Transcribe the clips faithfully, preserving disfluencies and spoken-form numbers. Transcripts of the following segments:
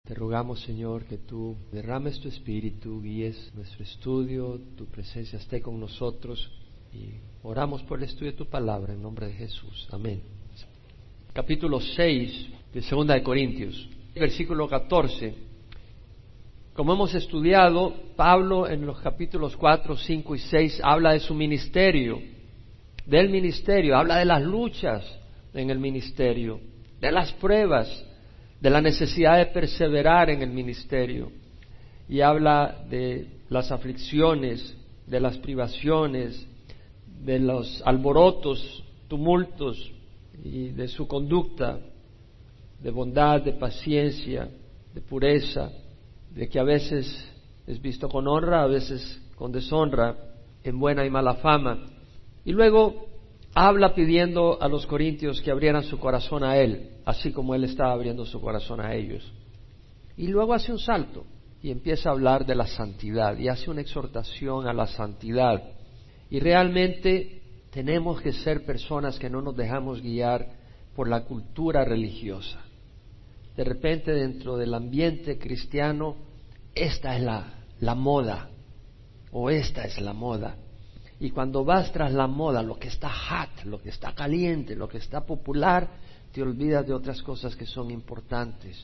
Te rogamos, Señor, que tú derrames tu espíritu, guíes nuestro estudio, tu presencia esté con nosotros y oramos por el estudio de tu palabra en nombre de Jesús. Amén. Capítulo seis de Segunda de Corintios, versículo catorce. Como hemos estudiado, Pablo en los capítulos cuatro, cinco y seis habla de su ministerio, del ministerio, habla de las luchas en el ministerio, de las pruebas, de la necesidad de perseverar en el ministerio, y habla de las aflicciones, de las privaciones, de los alborotos, tumultos, y de su conducta, de bondad, de paciencia, de pureza, de que a veces es visto con honra, a veces con deshonra, en buena y mala fama. Y luego habla pidiendo a los corintios que abrieran su corazón a él, así como él estaba abriendo su corazón a ellos. Y luego hace un salto y empieza a hablar de la santidad y hace una exhortación a la santidad. Y realmente tenemos que ser personas que no nos dejamos guiar por la cultura religiosa. De repente, dentro del ambiente cristiano, esta es la, la moda, o esta es la moda. Y cuando vas tras la moda, lo que está hot, lo que está caliente, lo que está popular, te olvidas de otras cosas que son importantes.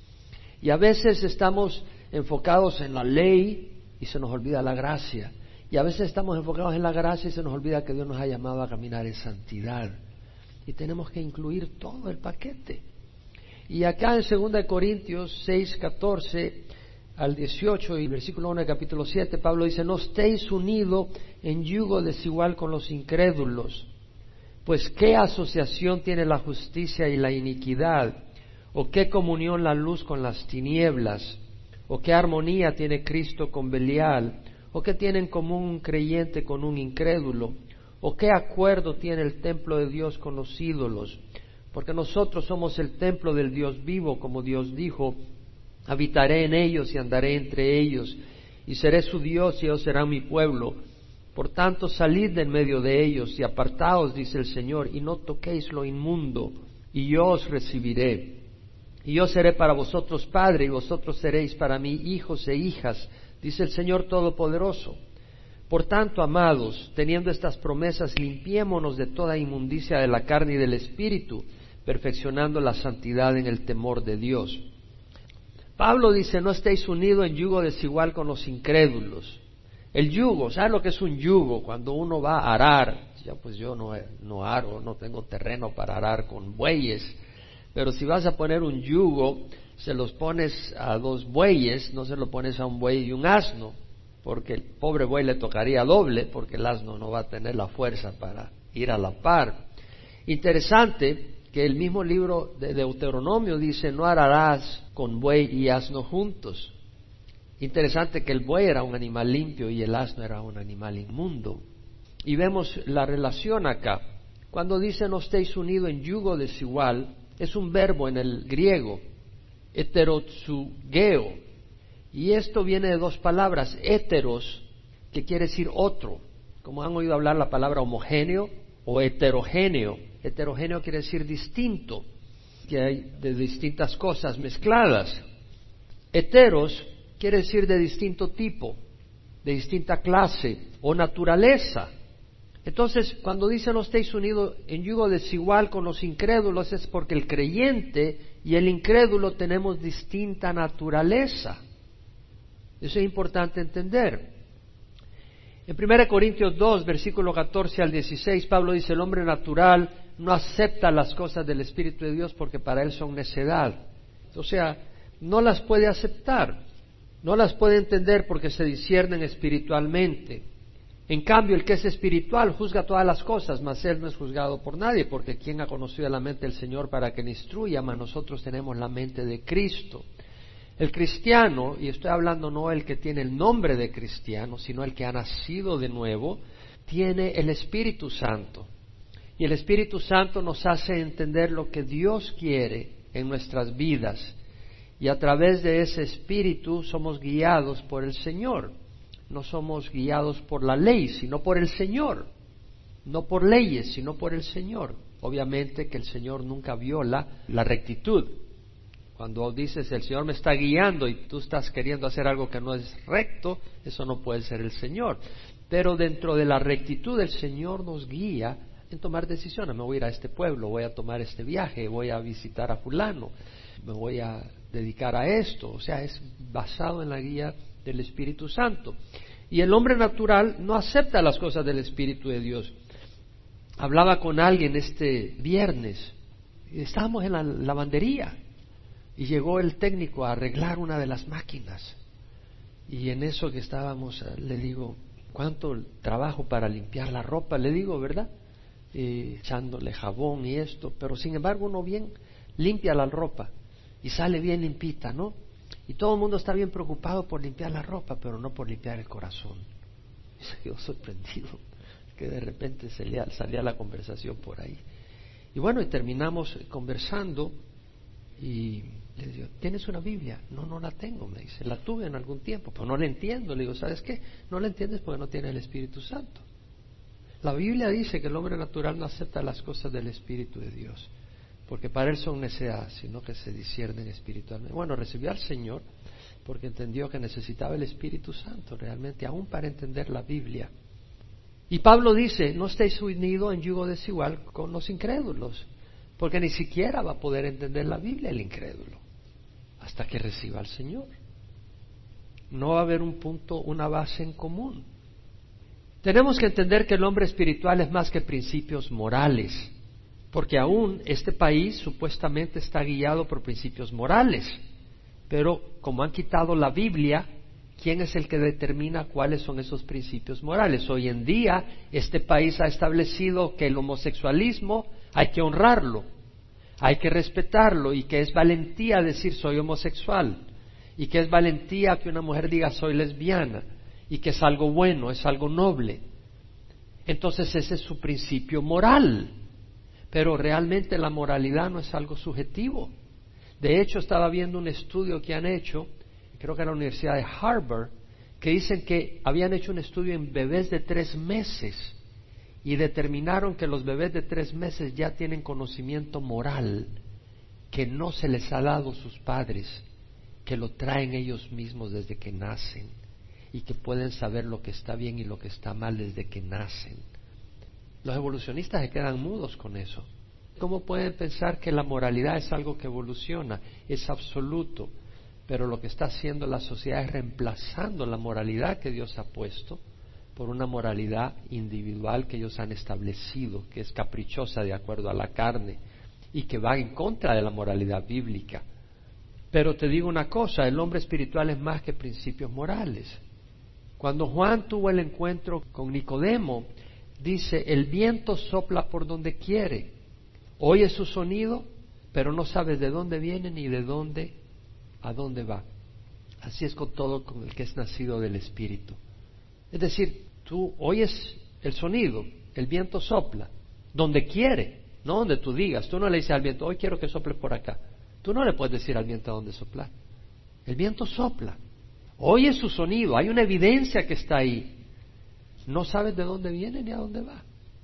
Y a veces estamos enfocados en la ley y se nos olvida la gracia. Y a veces estamos enfocados en la gracia y se nos olvida que Dios nos ha llamado a caminar en santidad. Y tenemos que incluir todo el paquete. Y acá en Segunda de Corintios seis, catorce al dieciocho y versículo uno del capítulo siete, Pablo dice: no estéis unidos en yugo desigual con los incrédulos, pues ¿qué asociación tiene la justicia y la iniquidad? ¿O qué comunión la luz con las tinieblas? ¿O qué armonía tiene Cristo con Belial? ¿O qué tiene en común un creyente con un incrédulo? ¿O qué acuerdo tiene el templo de Dios con los ídolos? Porque nosotros somos el templo del Dios vivo, como Dios dijo: habitaré en ellos y andaré entre ellos, y seré su Dios y ellos serán mi pueblo. Por tanto, salid de en medio de ellos y apartaos, dice el Señor, y no toquéis lo inmundo, y yo os recibiré. Y yo seré para vosotros padre, y vosotros seréis para mí hijos e hijas, dice el Señor Todopoderoso. Por tanto, amados, teniendo estas promesas, limpiémonos de toda inmundicia de la carne y del espíritu, perfeccionando la santidad en el temor de Dios. Pablo dice: no estéis unidos en yugo desigual con los incrédulos. El yugo, ¿sabes lo que es un yugo? Cuando uno va a arar, ya pues yo no, no aro, no tengo terreno para arar con bueyes, pero si vas a poner un yugo, se los pones a dos bueyes, no se lo pones a un buey y un asno, porque el pobre buey le tocaría doble, porque el asno no va a tener la fuerza para ir a la par. Interesante que el mismo libro de Deuteronomio dice: no ararás con buey y asno juntos. Interesante que el buey era un animal limpio y el asno era un animal inmundo. Y vemos la relación acá. Cuando dice no estéis unidos en yugo desigual, es un verbo en el griego, heterotsugeo. Y esto viene de dos palabras: heteros, que quiere decir otro. Como han oído hablar la palabra homogéneo o heterogéneo. Heterogéneo quiere decir distinto, que hay de distintas cosas mezcladas. Heteros quiere decir de distinto tipo, de distinta clase o naturaleza. Entonces, cuando dice no estéis unidos en yugo desigual con los incrédulos, es porque el creyente y el incrédulo tenemos distinta naturaleza. Eso es importante entender. En primera Corintios dos, versículo catorce al dieciséis, Pablo dice: el hombre natural no acepta las cosas del Espíritu de Dios porque para él son necedad. O sea, no las puede aceptar, no las puede entender porque se disciernen espiritualmente. En cambio, el que es espiritual juzga todas las cosas, mas él no es juzgado por nadie, porque ¿quién ha conocido la mente del Señor para que le instruya? Mas nosotros tenemos la mente de Cristo. El cristiano, y estoy hablando no el que tiene el nombre de cristiano, sino el que ha nacido de nuevo, tiene el Espíritu Santo. Y el Espíritu Santo nos hace entender lo que Dios quiere en nuestras vidas. Y a través de ese Espíritu somos guiados por el Señor. No somos guiados por la ley, sino por el Señor. No por leyes, sino por el Señor. Obviamente que el Señor nunca viola la rectitud. Cuando dices el Señor me está guiando y tú estás queriendo hacer algo que no es recto, eso no puede ser el Señor. Pero dentro de la rectitud el Señor nos guía en tomar decisiones. Me voy a ir a este pueblo, voy a tomar este viaje, voy a visitar a fulano, me voy a dedicar a esto. O sea, es basado en la guía del Espíritu Santo. Y el hombre natural no acepta las cosas del Espíritu de Dios. Hablaba con alguien este viernes, y estábamos en la lavandería y llegó el técnico a arreglar una de las máquinas. Y en eso que estábamos, le digo, ¿cuánto trabajo para limpiar la ropa? Le digo, ¿verdad? Eh, echándole jabón y esto, pero sin embargo uno bien limpia la ropa y sale bien limpita, ¿no? Y todo el mundo está bien preocupado por limpiar la ropa, pero no por limpiar el corazón. Y se quedó sorprendido que de repente salía, salía la conversación por ahí. Y bueno, y terminamos conversando y le digo, ¿tienes una Biblia? No, no la tengo, me dice. La tuve en algún tiempo, pero no la entiendo. Le digo, ¿sabes qué? No la entiendes porque no tiene el Espíritu Santo. La Biblia dice que el hombre natural no acepta las cosas del Espíritu de Dios, porque para él son necedad, sino que se disciernen espiritualmente. Bueno, recibió al Señor porque entendió que necesitaba el Espíritu Santo realmente, aún para entender la Biblia. Y Pablo dice, no estéis unidos en yugo desigual con los incrédulos, porque ni siquiera va a poder entender la Biblia el incrédulo hasta que reciba al Señor. No va a haber un punto, una base en común. Tenemos que entender que el hombre espiritual es más que principios morales, porque aún este país supuestamente está guiado por principios morales, pero como han quitado la Biblia, ¿quién es el que determina cuáles son esos principios morales? Hoy en día este país ha establecido que el homosexualismo hay que honrarlo, hay que respetarlo, y que es valentía decir soy homosexual, y que es valentía que una mujer diga soy lesbiana, y que es algo bueno, es algo noble. Entonces ese es su principio moral, pero realmente la moralidad no es algo subjetivo. De hecho, estaba viendo un estudio que han hecho, creo que en la Universidad de Harvard, que dicen que habían hecho un estudio en bebés de tres meses y determinaron que los bebés de tres meses ya tienen conocimiento moral que no se les ha dado sus padres, que lo traen ellos mismos desde que nacen y que pueden saber lo que está bien y lo que está mal desde que nacen. Los evolucionistas se quedan mudos con eso. ¿Cómo pueden pensar que la moralidad es algo que evoluciona? Es absoluto. Pero lo que está haciendo la sociedad es reemplazando la moralidad que Dios ha puesto por una moralidad individual que ellos han establecido, que es caprichosa de acuerdo a la carne y que va en contra de la moralidad bíblica. Pero te digo una cosa, el hombre espiritual es más que principios morales. Cuando Juan tuvo el encuentro con Nicodemo, dice, el viento sopla por donde quiere, oye su sonido, pero no sabes de dónde viene ni de dónde a dónde va. Así es con todo con el que es nacido del Espíritu. Es decir, tú oyes el sonido, el viento sopla, donde quiere, no donde tú digas. Tú no le dices al viento, hoy quiero que sople por acá. Tú no le puedes decir al viento a dónde soplar. El viento sopla, oye su sonido, hay una evidencia que está ahí. No sabes de dónde viene ni a dónde va.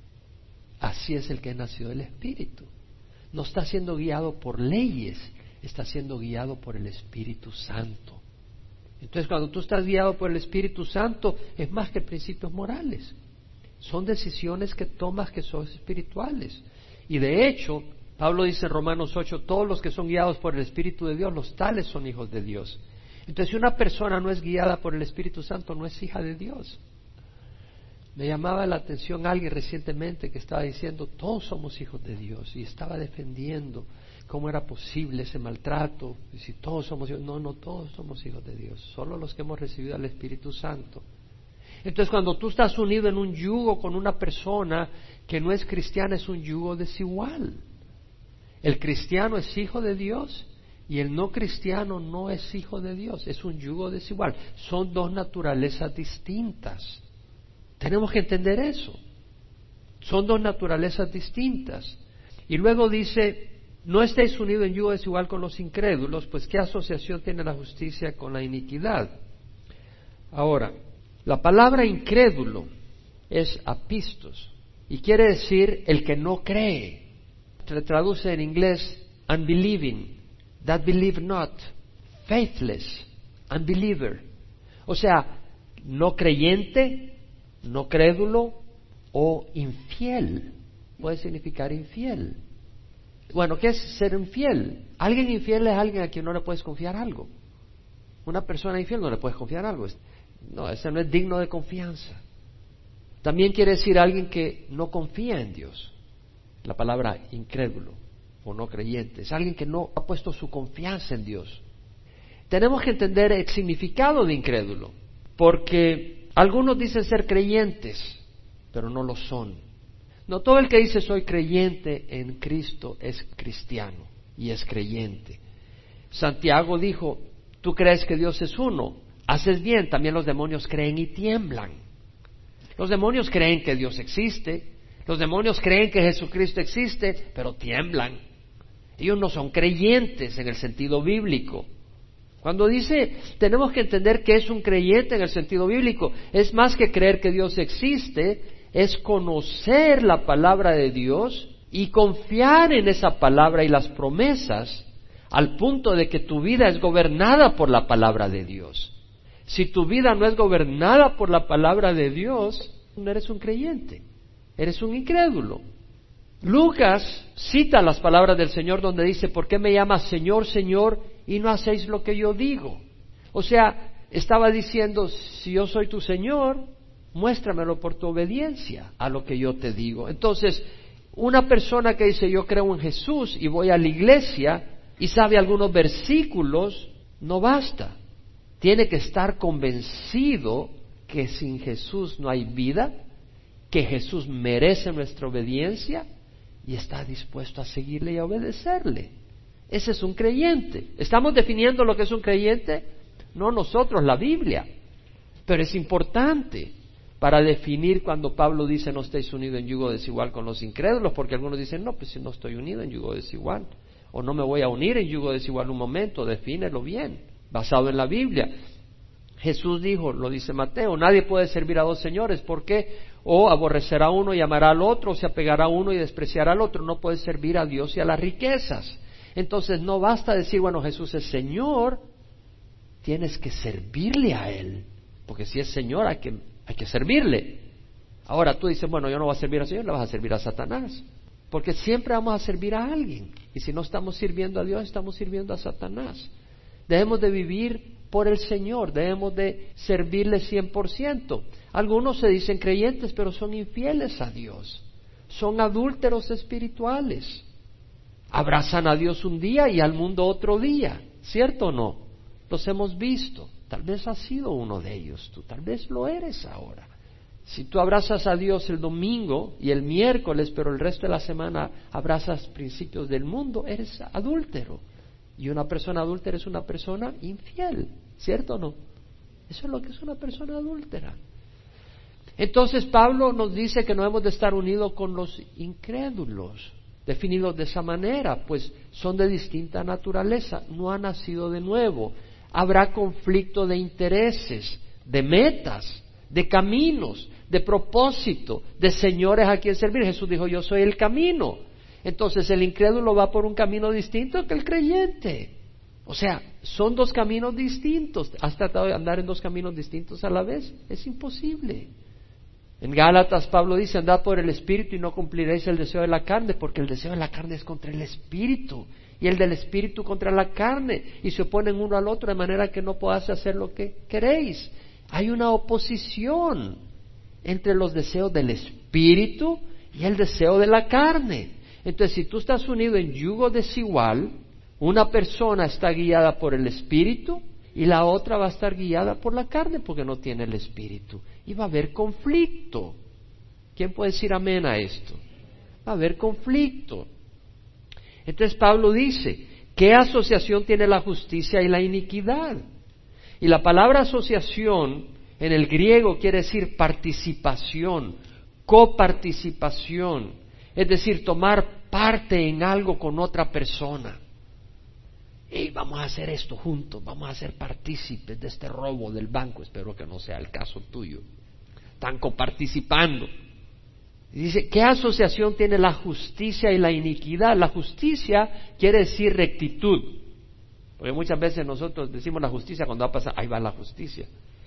Así es el que es nacido del Espíritu. No está siendo guiado por leyes, está siendo guiado por el Espíritu Santo. Entonces, cuando tú estás guiado por el Espíritu Santo, es más que principios morales. Son decisiones que tomas que son espirituales. Y de hecho, Pablo dice en Romanos ocho, todos los que son guiados por el Espíritu de Dios, los tales son hijos de Dios. Entonces, si una persona no es guiada por el Espíritu Santo, no es hija de Dios. Me llamaba la atención alguien recientemente que estaba diciendo, todos somos hijos de Dios, y estaba defendiendo cómo era posible ese maltrato, y si todos somos hijos, no, no todos somos hijos de Dios, solo los que hemos recibido al Espíritu Santo. Entonces, cuando tú estás unido en un yugo con una persona que no es cristiana, es un yugo desigual. El cristiano es hijo de Dios y el no cristiano no es hijo de Dios, es un yugo desigual. Son dos naturalezas distintas. Tenemos que entender eso. Son dos naturalezas distintas. Y luego dice, no estéis unidos en yugo desigual con los incrédulos, pues ¿qué asociación tiene la justicia con la iniquidad? Ahora, la palabra incrédulo es apistos y quiere decir el que no cree. Se traduce en inglés unbelieving, that believe not, faithless, unbeliever. O sea, no creyente, no crédulo o infiel. Puede significar infiel. Bueno, ¿qué es ser infiel? Alguien infiel es alguien a quien no le puedes confiar algo. Una persona infiel no le puedes confiar algo. No, ese no es digno de confianza. También quiere decir alguien que no confía en Dios. La palabra incrédulo o no creyente. Es alguien que no ha puesto su confianza en Dios. Tenemos que entender el significado de incrédulo, porque algunos dicen ser creyentes, pero no lo son. No todo el que dice soy creyente en Cristo es cristiano y es creyente. Santiago dijo, tú crees que Dios es uno, haces bien, también los demonios creen y tiemblan. Los demonios creen que Dios existe, los demonios creen que Jesucristo existe, pero tiemblan. Ellos no son creyentes en el sentido bíblico. Cuando dice, tenemos que entender que es un creyente en el sentido bíblico, es más que creer que Dios existe, es conocer la palabra de Dios y confiar en esa palabra y las promesas al punto de que tu vida es gobernada por la palabra de Dios. Si tu vida no es gobernada por la palabra de Dios, no eres un creyente, eres un incrédulo. Lucas cita las palabras del Señor donde dice, ¿por qué me llamas Señor, Señor, y no hacéis lo que yo digo? O sea, estaba diciendo, si yo soy tu Señor, muéstramelo por tu obediencia a lo que yo te digo. Entonces, una persona que dice, yo creo en Jesús y voy a la iglesia y sabe algunos versículos, no basta. Tiene que estar convencido que sin Jesús no hay vida, que Jesús merece nuestra obediencia y está dispuesto a seguirle y a obedecerle. Ese es un creyente. ¿Estamos definiendo lo que es un creyente? No nosotros, la Biblia. Pero es importante para definir cuando Pablo dice no estéis unidos en yugo desigual con los incrédulos, porque algunos dicen, no, pues si no estoy unido en yugo desigual, o no me voy a unir en yugo desigual un momento, defínelo bien, basado en la Biblia. Jesús dijo, lo dice Mateo, nadie puede servir a dos señores, ¿por qué? O aborrecerá a uno y amará al otro, o se apegará a uno y despreciará al otro. No puede servir a Dios y a las riquezas. Entonces no basta decir, bueno, Jesús es Señor, tienes que servirle a Él, porque si es Señor hay que, hay que servirle. Ahora tú dices, bueno, yo no voy a servir al Señor, le vas a servir a Satanás, porque siempre vamos a servir a alguien, y si no estamos sirviendo a Dios, estamos sirviendo a Satanás. Debemos de vivir por el Señor, debemos de servirle cien por ciento. Algunos se dicen creyentes, pero son infieles a Dios, son adúlteros espirituales. Abrazan a Dios un día y al mundo otro día, ¿cierto o no? Los hemos visto. Tal vez has sido uno de ellos, tú tal vez lo eres ahora. Si tú abrazas a Dios el domingo y el miércoles, pero el resto de la semana abrazas principios del mundo, eres adúltero. Y una persona adúltera es una persona infiel, ¿cierto o no? Eso es lo que es una persona adúltera. Entonces Pablo nos dice que no hemos de estar unidos con los incrédulos, definidos de esa manera, pues son de distinta naturaleza, no han nacido de nuevo. Habrá conflicto de intereses, de metas, de caminos, de propósito, de señores a quien servir. Jesús dijo, yo soy el camino. Entonces el incrédulo va por un camino distinto que el creyente. O sea, son dos caminos distintos. ¿Has tratado de andar en dos caminos distintos a la vez? Es imposible. En Gálatas Pablo dice, andad por el Espíritu y no cumpliréis el deseo de la carne, porque el deseo de la carne es contra el Espíritu y el del Espíritu contra la carne, y se oponen uno al otro de manera que no podáis hacer lo que queréis. Hay una oposición entre los deseos del Espíritu y el deseo de la carne. Entonces, si tú estás unido en yugo desigual, una persona está guiada por el Espíritu y la otra va a estar guiada por la carne porque no tiene el Espíritu. Y va a haber conflicto. ¿Quién puede decir amén a esto? Va a haber conflicto. Entonces Pablo dice, ¿qué asociación tiene la justicia y la iniquidad? Y la palabra asociación en el griego quiere decir participación, coparticipación, es decir, tomar parte en algo con otra persona. Hey, vamos a hacer esto juntos, vamos a ser partícipes de este robo del banco. Espero que no sea el caso tuyo. Están coparticipando. Y dice, ¿qué asociación tiene la justicia y la iniquidad? La justicia quiere decir rectitud. Porque muchas veces nosotros decimos la justicia cuando va a pasar, ahí va la justicia.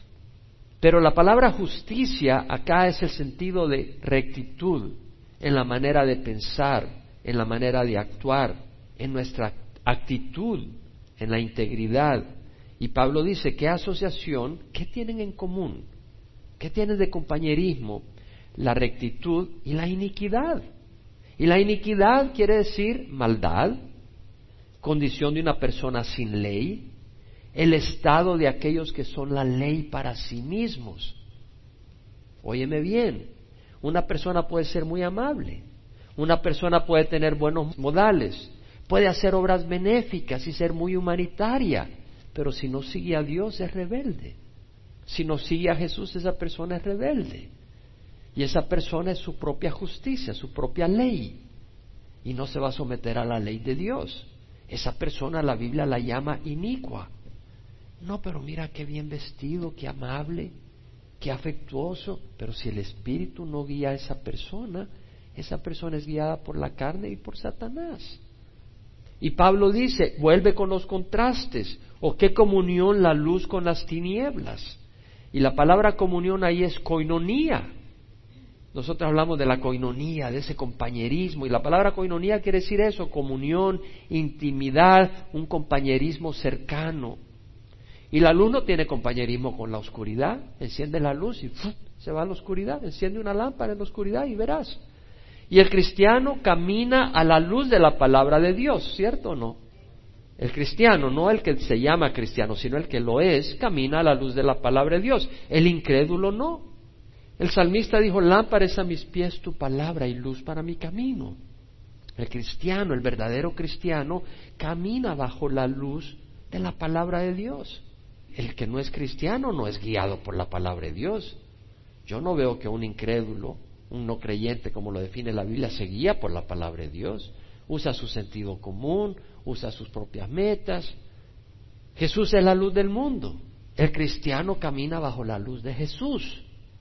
Pero la palabra justicia acá es el sentido de rectitud en la manera de pensar, en la manera de actuar, en nuestra actitud, en la integridad. Y Pablo dice, ¿qué asociación? ¿Qué tienen en común? ¿Qué tienen de compañerismo? La rectitud y la iniquidad. Y la iniquidad quiere decir maldad, condición de una persona sin ley, el estado de aquellos que son la ley para sí mismos. Óyeme bien, una persona puede ser muy amable, una persona puede tener buenos modales, puede hacer obras benéficas y ser muy humanitaria, pero si no sigue a Dios es rebelde. Si no sigue a Jesús, esa persona es rebelde. Y esa persona es su propia justicia, su propia ley. Y no se va a someter a la ley de Dios. Esa persona la Biblia la llama inicua. No, pero mira qué bien vestido, qué amable, qué afectuoso. Pero si el Espíritu no guía a esa persona, esa persona es guiada por la carne y por Satanás. Y Pablo dice, vuelve con los contrastes. ¿O qué comunión la luz con las tinieblas? Y la palabra comunión ahí es koinonía. Nosotros hablamos de la koinonía, de ese compañerismo, y la palabra koinonía quiere decir eso, comunión, intimidad, un compañerismo cercano. Y la luz no tiene compañerismo con la oscuridad, enciende la luz y ¡fum!, se va a la oscuridad, enciende una lámpara en la oscuridad y verás. Y el cristiano camina a la luz de la palabra de Dios, ¿cierto o no? El cristiano, no el que se llama cristiano, sino el que lo es, camina a la luz de la palabra de Dios. El incrédulo no. El salmista dijo, lámpara es a mis pies tu palabra y luz para mi camino. El cristiano, el verdadero cristiano, camina bajo la luz de la palabra de Dios. El que no es cristiano no es guiado por la palabra de Dios. Yo no veo que un incrédulo, un no creyente, como lo define la Biblia, se guía por la palabra de Dios. Usa su sentido común, usa sus propias metas. Jesús es la luz del mundo. El cristiano camina bajo la luz de Jesús.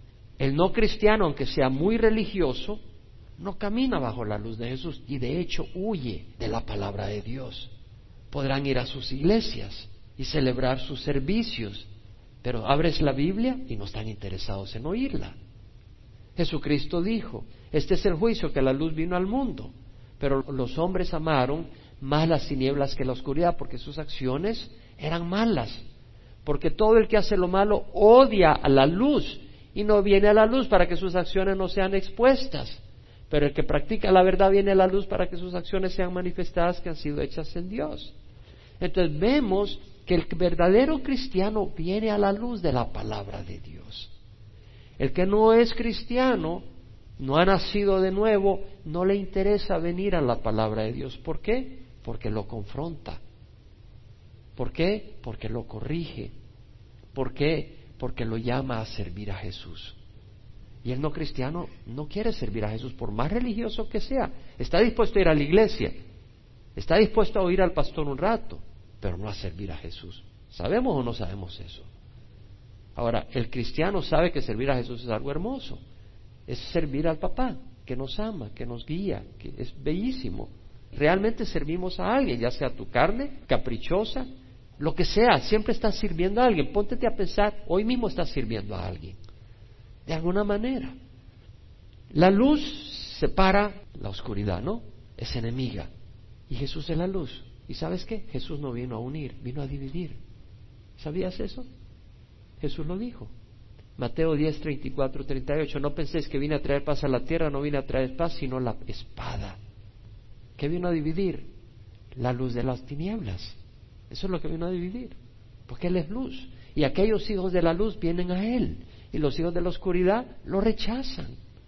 El no cristiano, aunque sea muy religioso, no camina bajo la luz de Jesús y de hecho huye de la palabra de Dios. Podrán ir a sus iglesias y celebrar sus servicios, pero abres la Biblia y no están interesados en oírla. Jesucristo dijo, este es el juicio, que la luz vino al mundo, pero los hombres amaron más las tinieblas que la oscuridad, porque sus acciones eran malas, porque todo el que hace lo malo odia a la luz y no viene a la luz para que sus acciones no sean expuestas, pero el que practica la verdad viene a la luz para que sus acciones sean manifestadas, que han sido hechas en Dios. Entonces vemos que el verdadero cristiano viene a la luz de la palabra de Dios. El que no es cristiano, no ha nacido de nuevo, no le interesa venir a la palabra de Dios. ¿Por qué? Porque lo confronta. ¿Por qué? Porque lo corrige. ¿Por qué? Porque lo llama a servir a Jesús. Y el no cristiano no quiere servir a Jesús, por más religioso que sea. Está dispuesto a ir a la iglesia, está dispuesto a oír al pastor un rato, pero no a servir a Jesús. ¿Sabemos o no sabemos eso? Ahora, el cristiano sabe que servir a Jesús es algo hermoso. Es servir al papá, que nos ama, que nos guía, que es bellísimo. Realmente servimos a alguien, ya sea tu carne, caprichosa, lo que sea, siempre estás sirviendo a alguien. Póntete a pensar, hoy mismo estás sirviendo a alguien, de alguna manera. La luz separa la oscuridad, ¿no? Es enemiga. Y Jesús es la luz. ¿Y sabes qué? Jesús no vino a unir, vino a dividir. ¿Sabías eso? Jesús lo dijo. Mateo diez, treinta y cuatro, treinta y ocho. No penséis que vine a traer paz a la tierra, no vine a traer paz, sino la espada. ¿Qué vino a dividir? La luz de las tinieblas. Eso es lo que vino a dividir, porque Él es luz. Y aquellos hijos de la luz vienen a Él, y los hijos de la oscuridad lo rechazan.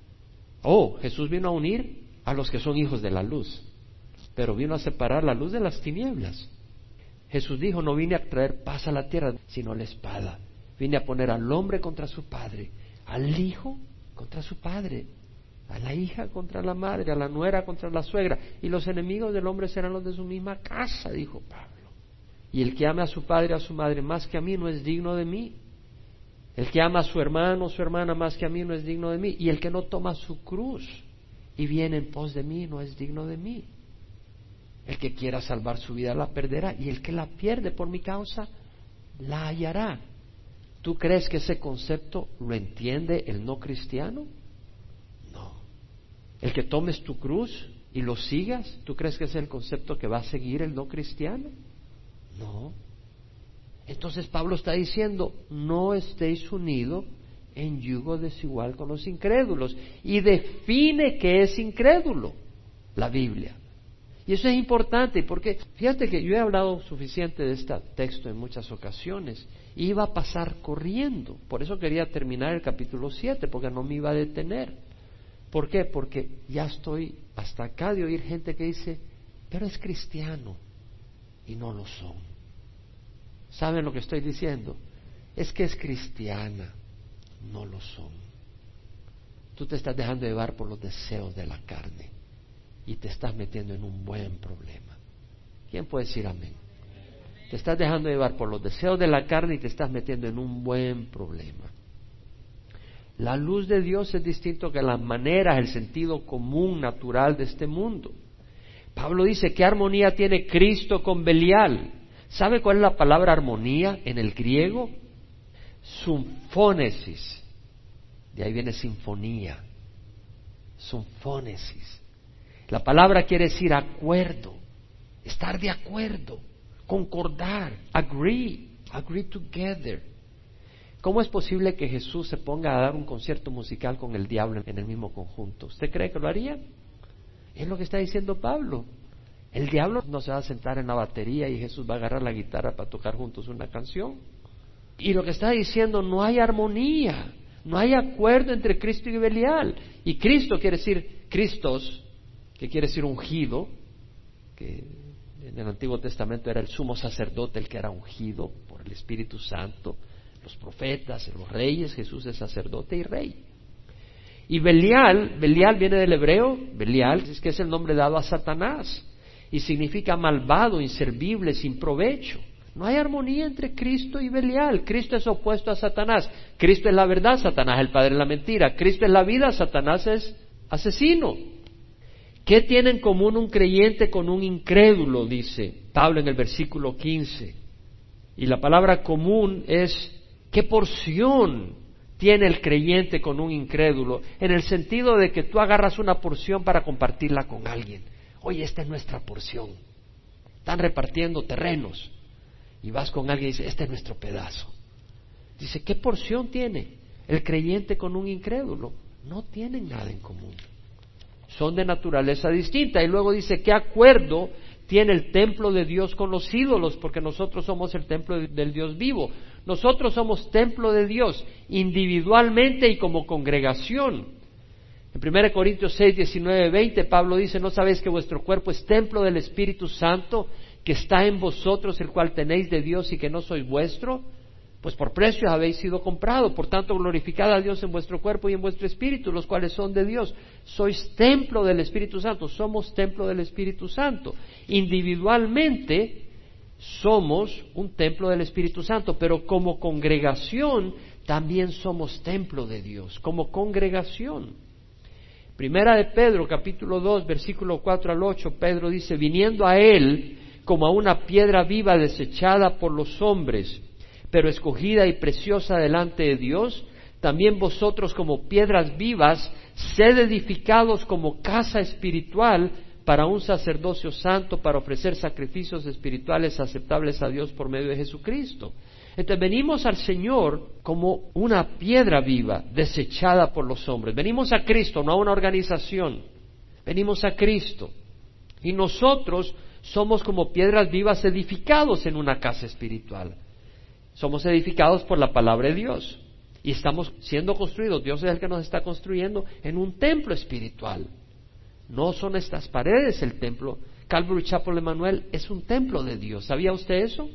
Oh, Jesús vino a unir a los que son hijos de la luz, pero vino a separar la luz de las tinieblas. Jesús dijo, no vine a traer paz a la tierra, sino la espada. Vine a poner al hombre contra su padre, al hijo contra su padre, a la hija contra la madre, a la nuera contra la suegra, y los enemigos del hombre serán los de su misma casa, dijo Pablo. Y el que ame a su padre o a su madre más que a mí no es digno de mí. El que ama a su hermano o su hermana más que a mí no es digno de mí. Y el que no toma su cruz y viene en pos de mí no es digno de mí. El que quiera salvar su vida la perderá, y el que la pierde por mi causa la hallará. ¿Tú crees que ese concepto lo entiende el no cristiano? No. El que tomes tu cruz y lo sigas, ¿tú crees que ese es el concepto que va a seguir el no cristiano? No. Entonces Pablo está diciendo, no estéis unidos en yugo desigual con los incrédulos, y define qué es incrédulo la Biblia. Y eso es importante, porque fíjate que yo he hablado suficiente de este texto en muchas ocasiones, y iba a pasar corriendo. Por eso quería terminar el capítulo siete, porque no me iba a detener. ¿Por qué? Porque ya estoy hasta acá de oír gente que dice, pero es cristiano, y no lo son. ¿Saben lo que estoy diciendo? Es que es cristiana, no lo son. Tú te estás dejando llevar por los deseos de la carne y te estás metiendo en un buen problema. ¿Quién puede decir amén? Te estás dejando llevar por los deseos de la carne y te estás metiendo en un buen problema. La luz de Dios es distinto que las maneras, el sentido común, natural de este mundo. Pablo dice, ¿qué armonía tiene Cristo con Belial? ¿Sabe cuál es la palabra armonía en el griego? Sinfónesis. De ahí viene sinfonía. Sinfónesis. La palabra quiere decir acuerdo, estar de acuerdo, concordar, agree, agree together. ¿Cómo es posible que Jesús se ponga a dar un concierto musical con el diablo en el mismo conjunto? ¿Usted cree que lo haría? Es lo que está diciendo Pablo. El diablo no se va a sentar en la batería y Jesús va a agarrar la guitarra para tocar juntos una canción. Y lo que está diciendo, no hay armonía, no hay acuerdo entre Cristo y Belial. Y Cristo quiere decir Cristos, que quiere decir ungido, que en el Antiguo Testamento era el sumo sacerdote el que era ungido por el Espíritu Santo, los profetas, los reyes. Jesús es sacerdote y rey. Y Belial, Belial viene del hebreo, Belial es que es el nombre dado a Satanás, y significa malvado, inservible, sin provecho. No hay armonía entre Cristo y Belial. Cristo es opuesto a Satanás. Cristo es la verdad, Satanás es el padre de la mentira. Cristo es la vida, Satanás es asesino. ¿Qué tiene en común un creyente con un incrédulo? Dice Pablo en el versículo quince. Y la palabra común es, ¿qué porción tiene el creyente con un incrédulo? En el sentido de que tú agarras una porción para compartirla con alguien. Oye, esta es nuestra porción. Están repartiendo terrenos. Y vas con alguien y dice, este es nuestro pedazo. Dice, ¿qué porción tiene el creyente con un incrédulo? No tienen nada en común. Son de naturaleza distinta. Y luego dice, ¿qué acuerdo tiene el templo de Dios con los ídolos? Porque nosotros somos el templo del Dios vivo. Nosotros somos templo de Dios, individualmente y como congregación. En primera Corintios seis, diecinueve, veinte, Pablo dice, ¿no sabéis que vuestro cuerpo es templo del Espíritu Santo, que está en vosotros, el cual tenéis de Dios y que no sois vuestro? Pues por precio habéis sido comprado, por tanto glorificad a Dios en vuestro cuerpo y en vuestro espíritu, los cuales son de Dios. Sois templo del Espíritu Santo, somos templo del Espíritu Santo. Individualmente somos un templo del Espíritu Santo, pero como congregación también somos templo de Dios, como congregación. Primera de Pedro, capítulo dos, versículo cuatro al ocho, Pedro dice, viniendo a Él como a una piedra viva desechada por los hombres, pero escogida y preciosa delante de Dios, también vosotros como piedras vivas, sed edificados como casa espiritual para un sacerdocio santo, para ofrecer sacrificios espirituales aceptables a Dios por medio de Jesucristo. Entonces venimos al Señor como una piedra viva, desechada por los hombres. Venimos a Cristo, no a una organización. Venimos a Cristo. Y nosotros somos como piedras vivas edificados en una casa espiritual. Somos edificados por la palabra de Dios. Y estamos siendo construidos, Dios es el que nos está construyendo en un templo espiritual. No son estas paredes el templo. Calvary Chapel Emmanuel es un templo de Dios. ¿Sabía usted eso?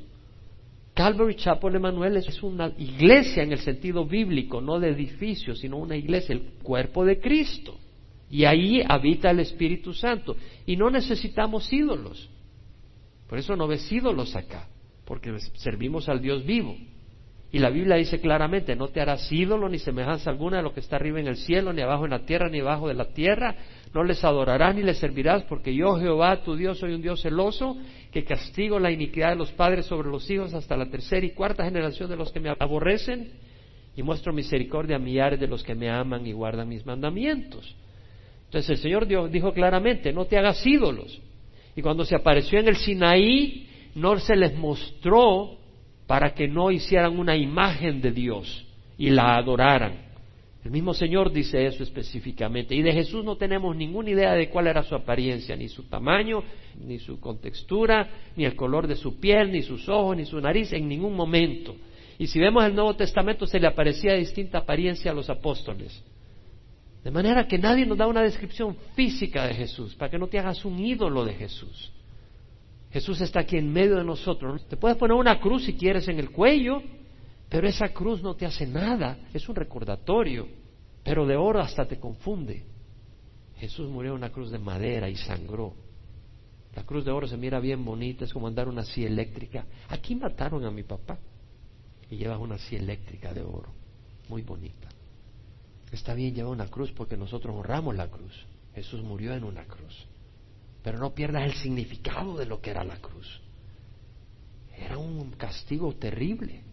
Calvary Chapel Emmanuel es una iglesia en el sentido bíblico, no de edificio, sino una iglesia, el cuerpo de Cristo. Y ahí habita el Espíritu Santo. Y no necesitamos ídolos. Por eso no ves ídolos acá, porque servimos al Dios vivo. Y la Biblia dice claramente, no te harás ídolo ni semejanza alguna de lo que está arriba en el cielo, ni abajo en la tierra, ni abajo de la tierra. No les adorarás ni les servirás, porque yo, Jehová, tu Dios, soy un Dios celoso, que castigo la iniquidad de los padres sobre los hijos hasta la tercera y cuarta generación de los que me aborrecen, y muestro misericordia a millares de los que me aman y guardan mis mandamientos. Entonces el Señor Dios dijo claramente, no te hagas ídolos. Y cuando se apareció en el Sinaí, no se les mostró para que no hicieran una imagen de Dios y la adoraran. El mismo Señor dice eso específicamente. Y de Jesús no tenemos ninguna idea de cuál era su apariencia, ni su tamaño, ni su contextura, ni el color de su piel, ni sus ojos, ni su nariz, en ningún momento. Y si vemos el Nuevo Testamento, se le aparecía de distinta apariencia a los apóstoles. De manera que nadie nos da una descripción física de Jesús, para que no te hagas un ídolo de Jesús. Jesús está aquí en medio de nosotros. Te puedes poner una cruz si quieres en el cuello, pero esa cruz no te hace nada, es un recordatorio, pero de oro hasta te confunde. Jesús murió en una cruz de madera y sangró. La cruz de oro se mira bien bonita, es como andar una silla eléctrica. Aquí mataron a mi papá y llevas una silla eléctrica de oro, muy bonita. Está bien llevar una cruz porque nosotros honramos la cruz. Jesús murió en una cruz, pero no pierdas el significado de lo que era la cruz. Era un castigo terrible.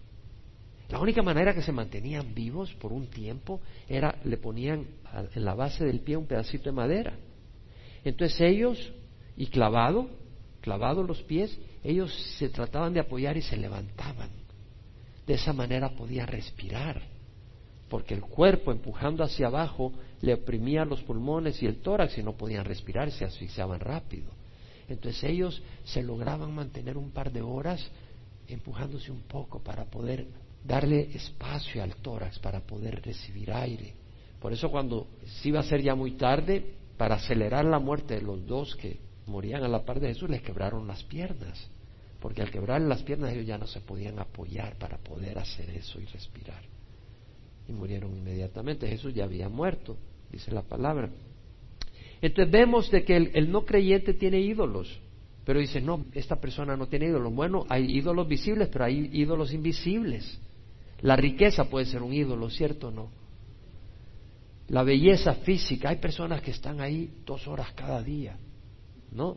La única manera que se mantenían vivos por un tiempo era, le ponían en la base del pie un pedacito de madera. Entonces ellos, y clavado, clavado los pies, ellos se trataban de apoyar y se levantaban. De esa manera podían respirar, porque el cuerpo empujando hacia abajo le oprimía los pulmones y el tórax y no podían respirar, se asfixiaban rápido. Entonces ellos se lograban mantener un par de horas empujándose un poco para poder darle espacio al tórax para poder recibir aire. Por eso cuando se iba a ser ya muy tarde, para acelerar la muerte de los dos que morían a la par de Jesús, les quebraron las piernas, porque al quebrar las piernas ellos ya no se podían apoyar para poder hacer eso y respirar, y murieron inmediatamente. Jesús ya había muerto, dice la palabra. Entonces vemos de que el, el no creyente tiene ídolos, pero dice, no, esta persona no tiene ídolos. Bueno, hay ídolos visibles, pero hay ídolos invisibles. La riqueza puede ser un ídolo, ¿cierto o no? La belleza física, hay personas que están ahí dos horas cada día, ¿no?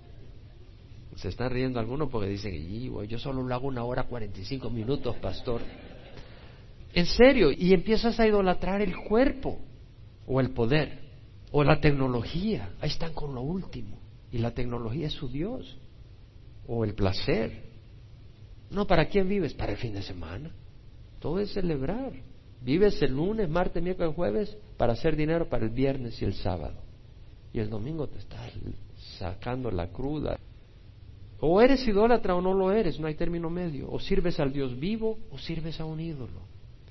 Se están riendo algunos porque dicen, yo solo lo hago una hora cuarenta y cinco minutos, pastor. En serio, y empiezas a idolatrar el cuerpo, o el poder, o la tecnología. Ahí están con lo último, y la tecnología es su Dios, o el placer. No, ¿para quién vives? Para el fin de semana. Todo es celebrar. Vives el lunes, martes, miércoles, jueves para hacer dinero para el viernes y el sábado. Y el domingo te estás sacando la cruda. O eres idólatra o no lo eres, no hay término medio. O sirves al Dios vivo o sirves a un ídolo.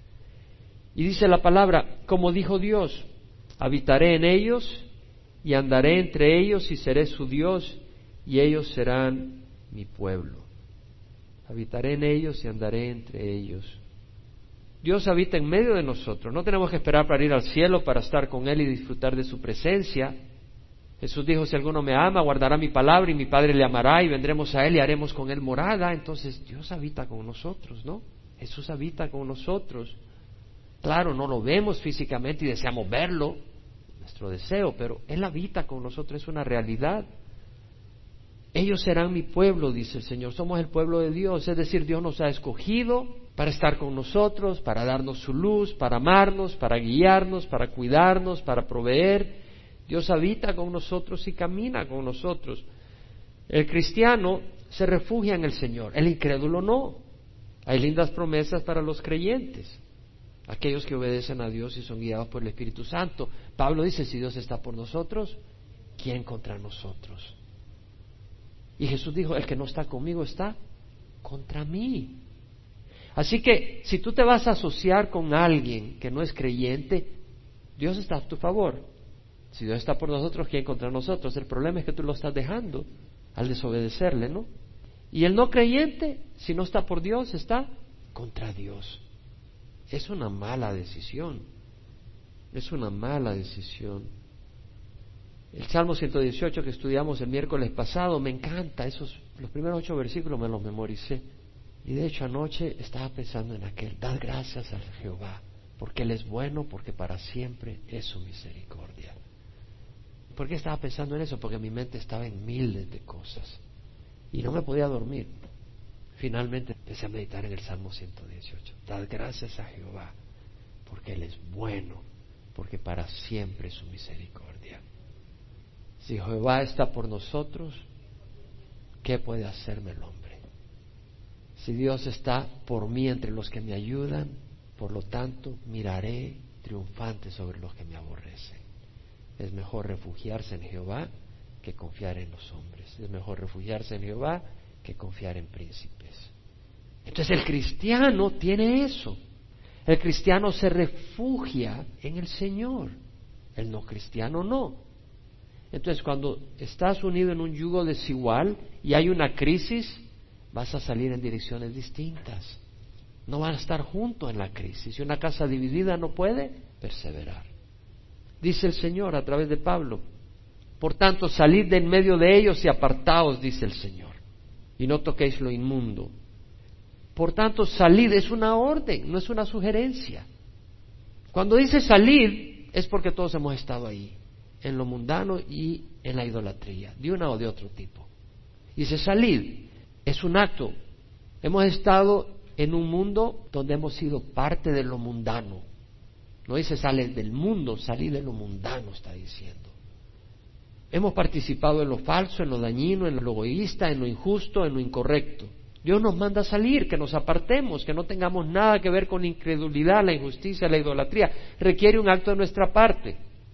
Y dice la palabra, como dijo Dios, habitaré en ellos y andaré entre ellos y seré su Dios y ellos serán mi pueblo. Habitaré en ellos y andaré entre ellos. Dios habita en medio de nosotros. No tenemos que esperar para ir al cielo para estar con Él y disfrutar de su presencia. Jesús dijo, si alguno me ama, guardará mi palabra y mi Padre le amará y vendremos a Él y haremos con Él morada. Entonces Dios habita con nosotros, ¿no? Jesús habita con nosotros. Claro, no lo vemos físicamente y deseamos verlo, nuestro deseo, pero Él habita con nosotros, es una realidad. Ellos serán mi pueblo, dice el Señor. Somos el pueblo de Dios, es decir, Dios nos ha escogido para estar con nosotros, para darnos su luz, para amarnos, para guiarnos, para cuidarnos, para proveer. Dios habita con nosotros y camina con nosotros. El cristiano se refugia en el Señor, el incrédulo no. Hay lindas promesas para los creyentes, aquellos que obedecen a Dios y son guiados por el Espíritu Santo. Pablo dice, si Dios está por nosotros, ¿quién contra nosotros? Y Jesús dijo, el que no está conmigo está contra mí. Así que si tú te vas a asociar con alguien que no es creyente, Dios está a tu favor. Si Dios está por nosotros, ¿quién contra nosotros? El problema es que tú lo estás dejando al desobedecerle, ¿no? Y el no creyente, si no está por Dios, está contra Dios. Es una mala decisión. Es una mala decisión. El Salmo ciento dieciocho que estudiamos el miércoles pasado, me encanta. Esos, los primeros ocho versículos me los memoricé. Y de hecho anoche estaba pensando en aquel, dad gracias al Jehová, porque Él es bueno, porque para siempre es su misericordia. ¿Por qué estaba pensando en eso? Porque mi mente estaba en miles de cosas y no me podía dormir. Finalmente empecé a meditar en el Salmo ciento dieciocho. Dad gracias a Jehová, porque Él es bueno, porque para siempre es su misericordia. Si Jehová está por nosotros, ¿qué puede hacerme el hombre? Si Dios está por mí entre los que me ayudan, por lo tanto, miraré triunfante sobre los que me aborrecen. Es mejor refugiarse en Jehová que confiar en los hombres. Es mejor refugiarse en Jehová que confiar en príncipes. Entonces el cristiano tiene eso. El cristiano se refugia en el Señor. El no cristiano no. Entonces cuando estás unido en un yugo desigual y hay una crisis, vas a salir en direcciones distintas. No van a estar juntos en la crisis. Y una casa dividida no puede perseverar. Dice el Señor a través de Pablo, por tanto, salid de en medio de ellos y apartaos, dice el Señor, y no toquéis lo inmundo. Por tanto, salid es una orden, no es una sugerencia. Cuando dice salid, es porque todos hemos estado ahí, en lo mundano y en la idolatría, de una o de otro tipo. Dice salid, es un acto. Hemos estado en un mundo donde hemos sido parte de lo mundano. No dice sale del mundo, salí de lo mundano, está diciendo. Hemos participado en lo falso, en lo dañino, en lo egoísta, en lo injusto, en lo incorrecto. Dios nos manda a salir, que nos apartemos, que no tengamos nada que ver con la incredulidad, la injusticia, la idolatría. Requiere un acto de nuestra parte.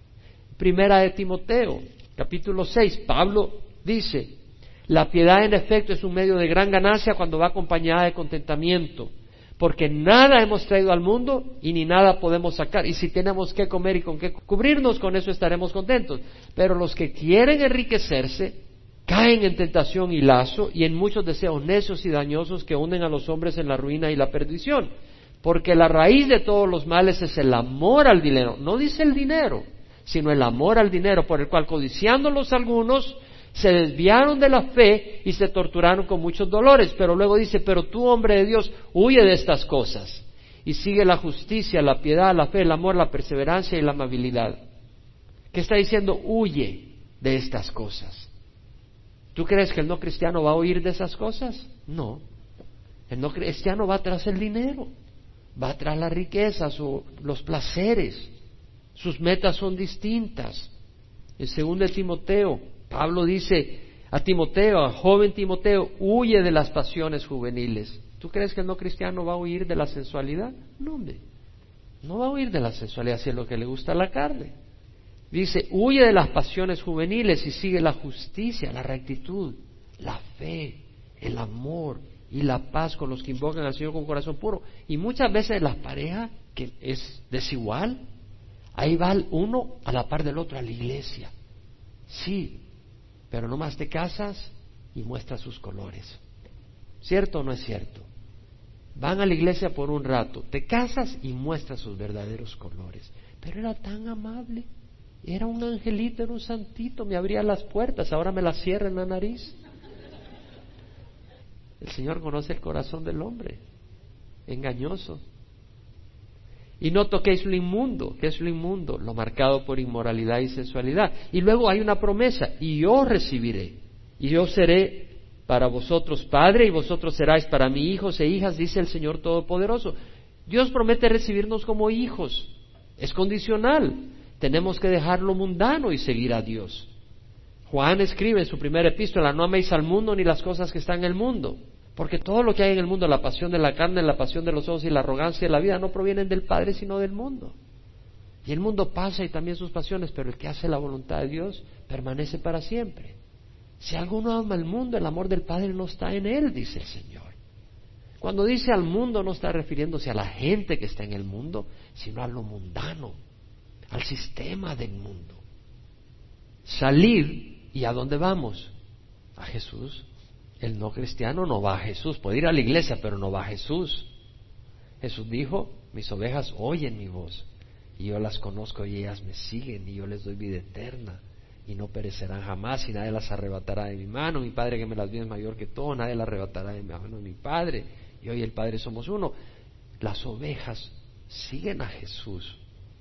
Primera de Timoteo, capítulo seis, Pablo dice, la piedad en efecto es un medio de gran ganancia cuando va acompañada de contentamiento, porque nada hemos traído al mundo y ni nada podemos sacar, y si tenemos que comer y con qué cubrirnos, con eso estaremos contentos. Pero los que quieren enriquecerse caen en tentación y lazo y en muchos deseos necios y dañosos que hunden a los hombres en la ruina y la perdición, porque la raíz de todos los males es el amor al dinero. No dice el dinero, sino el amor al dinero, por el cual codiciándolos algunos se desviaron de la fe y se torturaron con muchos dolores. Pero luego dice, pero tú, hombre de Dios, huye de estas cosas y sigue la justicia, la piedad, la fe, el amor, la perseverancia y la amabilidad. ¿Qué está diciendo? Huye de estas cosas. ¿Tú crees que el no cristiano va a huir de esas cosas? No. El no cristiano va tras el dinero, va tras las riquezas o los placeres. Sus metas son distintas. En segundo de Timoteo, Pablo dice a Timoteo, a joven Timoteo, huye de las pasiones juveniles. ¿Tú crees que el no cristiano va a huir de la sensualidad? No, hombre, no va a huir de la sensualidad si es lo que le gusta a la carne. Dice, huye de las pasiones juveniles y sigue la justicia, la rectitud, la fe, el amor y la paz con los que invocan al Señor con corazón puro. Y muchas veces las parejas, que es desigual, ahí va uno a la par del otro a la iglesia. Sí, pero no más te casas y muestras sus colores. ¿Cierto o no es cierto? Van a la iglesia por un rato, te casas y muestras sus verdaderos colores. Pero era tan amable, era un angelito, era un santito, me abría las puertas, ahora me las cierra en la nariz. El Señor conoce el corazón del hombre, engañoso. Y no toquéis lo inmundo. ¿Qué es lo inmundo? Lo marcado por inmoralidad y sensualidad. Y luego hay una promesa, y yo recibiré, y yo seré para vosotros padre, y vosotros seráis para mí hijos e hijas, dice el Señor Todopoderoso. Dios promete recibirnos como hijos. Es condicional. Tenemos que dejar lo mundano y seguir a Dios. Juan escribe en su primera epístola, no améis al mundo ni las cosas que están en el mundo. Porque todo lo que hay en el mundo, la pasión de la carne, la pasión de los ojos y la arrogancia de la vida, no provienen del Padre, sino del mundo. Y el mundo pasa y también sus pasiones, pero el que hace la voluntad de Dios permanece para siempre. Si alguno ama el mundo, el amor del Padre no está en él, dice el Señor. Cuando dice al mundo, no está refiriéndose a la gente que está en el mundo, sino a lo mundano, al sistema del mundo. Salid, ¿y a dónde vamos? A Jesús. El no cristiano no va a Jesús, puede ir a la iglesia, pero no va a Jesús. Jesús dijo, mis ovejas oyen mi voz, y yo las conozco y ellas me siguen, y yo les doy vida eterna, y no perecerán jamás, y nadie las arrebatará de mi mano. Mi Padre que me las dio es mayor que todo, nadie las arrebatará de mi mano. Mi Padre, yo y el Padre somos uno. Las ovejas siguen a Jesús.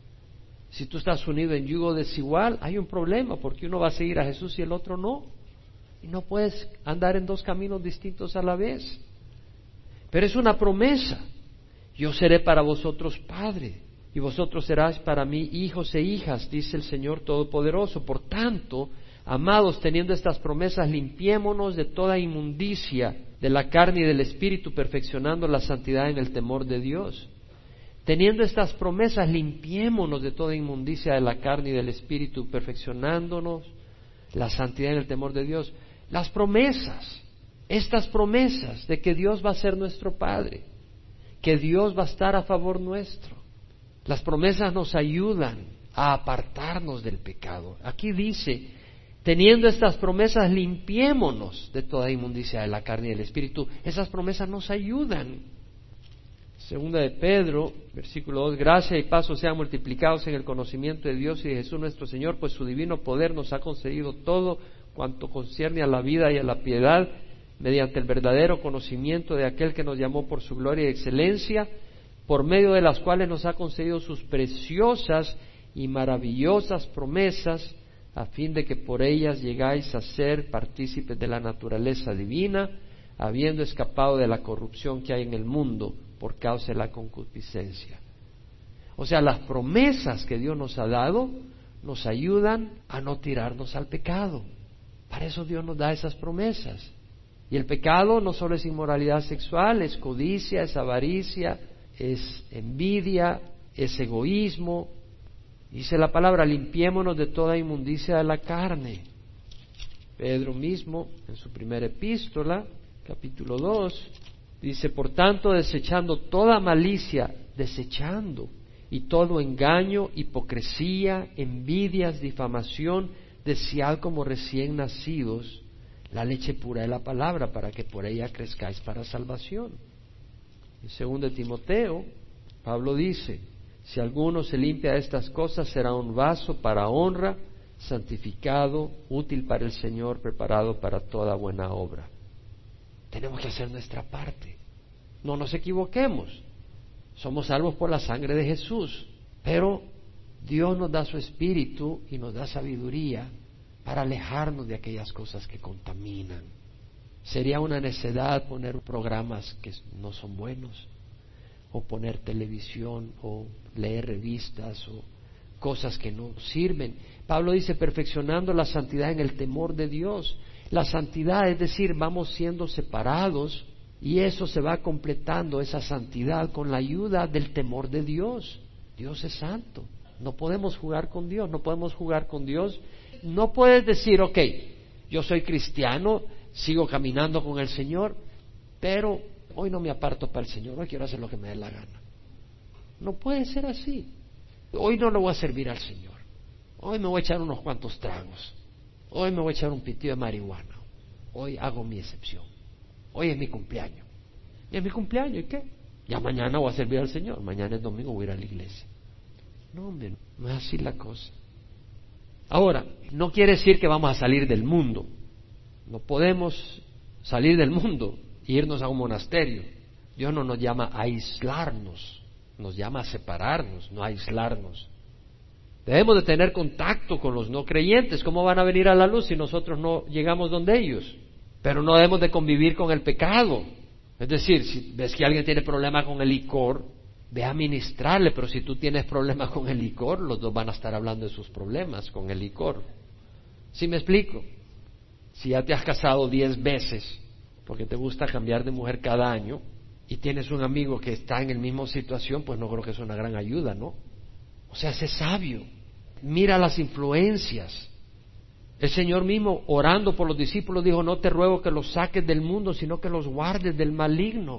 Si tú estás unido en yugo desigual, hay un problema, porque uno va a seguir a Jesús y el otro no. Y no puedes andar en dos caminos distintos a la vez. Pero es una promesa. Yo seré para vosotros padre, y vosotros seráis para mí hijos e hijas, dice el Señor Todopoderoso. Por tanto, amados, teniendo estas promesas, limpiémonos de toda inmundicia de la carne y del espíritu, perfeccionando la santidad en el temor de Dios. Teniendo estas promesas, limpiémonos de toda inmundicia de la carne y del espíritu, perfeccionándonos la santidad en el temor de Dios. Las promesas, estas promesas de que Dios va a ser nuestro Padre, que Dios va a estar a favor nuestro. Las promesas nos ayudan a apartarnos del pecado. Aquí dice, teniendo estas promesas, limpiémonos de toda inmundicia de la carne y del espíritu. Esas promesas nos ayudan. Segunda de Pedro, versículo dos, gracia y paz sean multiplicados en el conocimiento de Dios y de Jesús nuestro Señor, pues su divino poder nos ha concedido todo cuanto concierne a la vida y a la piedad, mediante el verdadero conocimiento de aquel que nos llamó por su gloria y excelencia, por medio de las cuales nos ha concedido sus preciosas y maravillosas promesas, a fin de que por ellas llegáis a ser partícipes de la naturaleza divina, habiendo escapado de la corrupción que hay en el mundo por causa de la concupiscencia. O sea, las promesas que Dios nos ha dado nos ayudan a no tirarnos al pecado. Para eso Dios nos da esas promesas. Y el pecado no solo es inmoralidad sexual, es codicia, es avaricia, es envidia, es egoísmo. Dice la palabra, limpiémonos de toda inmundicia de la carne. Pedro mismo, en su primera epístola, capítulo dos, dice, por tanto, desechando toda malicia, desechando, y todo engaño, hipocresía, envidias, difamación, desead como recién nacidos la leche pura de la palabra, para que por ella crezcáis para salvación. En segundo de Timoteo, Pablo dice, si alguno se limpia de estas cosas, será un vaso para honra, santificado, útil para el Señor, preparado para toda buena obra. Tenemos que hacer nuestra parte. No nos equivoquemos. Somos salvos por la sangre de Jesús, pero Dios nos da su espíritu y nos da sabiduría para alejarnos de aquellas cosas que contaminan. Sería una necedad poner programas que no son buenos, o poner televisión, o leer revistas, o cosas que no sirven. Pablo dice, perfeccionando la santidad en el temor de Dios. La santidad, es decir, vamos siendo separados, y eso se va completando, esa santidad, con la ayuda del temor de Dios. Dios es santo. No podemos jugar con Dios, no podemos jugar con Dios. No puedes decir, ok, yo soy cristiano, sigo caminando con el Señor, pero hoy no me aparto para el Señor, hoy quiero hacer lo que me dé la gana. No puede ser así. Hoy no le voy a servir al Señor. Hoy me voy a echar unos cuantos tragos. Hoy me voy a echar un pitillo de marihuana. Hoy hago mi excepción. Hoy es mi cumpleaños. ¿Y es mi cumpleaños? ¿Y qué? Ya mañana voy a servir al Señor. Mañana es domingo, voy a ir a la iglesia. No, hombre, no es así la cosa. Ahora, no quiere decir que vamos a salir del mundo. No podemos salir del mundo e irnos a un monasterio. Dios no nos llama a aislarnos, nos llama a separarnos, no a aislarnos. Debemos de tener contacto con los no creyentes. ¿Cómo van a venir a la luz si nosotros no llegamos donde ellos? Pero no debemos de convivir con el pecado. Es decir, si ves que alguien tiene problemas con el licor, ve a ministrarle, pero si tú tienes problemas con el licor, los dos van a estar hablando de sus problemas con el licor. ¿Sí me explico? Si ya te has casado diez veces, porque te gusta cambiar de mujer cada año, y tienes un amigo que está en la misma situación, pues no creo que es una gran ayuda, ¿no? O sea, sé sabio, mira las influencias. El Señor mismo, orando por los discípulos, dijo, no te ruego que los saques del mundo, sino que los guardes del maligno.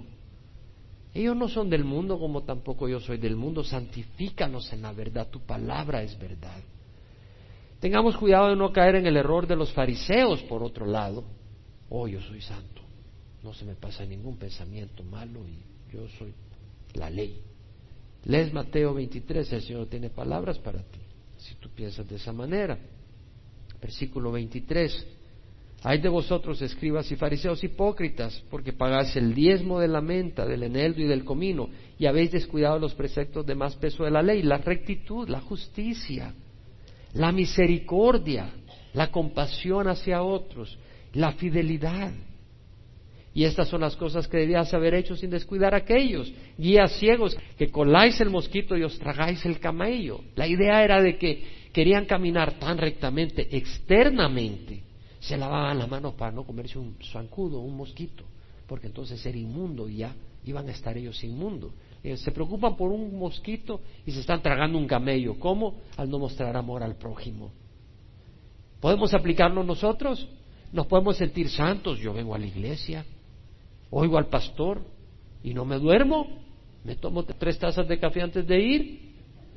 Ellos no son del mundo, como tampoco yo soy del mundo. Santifícanos en la verdad, tu palabra es verdad. Tengamos cuidado de no caer en el error de los fariseos, por otro lado. Oh, yo soy santo, no se me pasa ningún pensamiento malo y yo soy la ley. Lees Mateo veintitrés, el Señor tiene palabras para ti, si tú piensas de esa manera. Versículo veintitrés, Hay de vosotros, escribas y fariseos hipócritas, porque pagáis el diezmo de la menta, del eneldo y del comino, y habéis descuidado los preceptos de más peso de la ley, la rectitud, la justicia, la misericordia, la compasión hacia otros, la fidelidad. Y estas son las cosas que debías haber hecho sin descuidar a aquellos, guías ciegos, que coláis el mosquito y os tragáis el camello. La idea era de que querían caminar tan rectamente, externamente, se lavaban las manos para no comerse un zancudo, un mosquito, porque entonces era inmundo y ya iban a estar ellos inmundos. Eh, se preocupan por un mosquito y se están tragando un camello. ¿Cómo? Al no mostrar amor al prójimo. ¿Podemos aplicarlo nosotros? Nos podemos sentir santos. Yo vengo a la iglesia, oigo al pastor y no me duermo, me tomo tres tazas de café antes de ir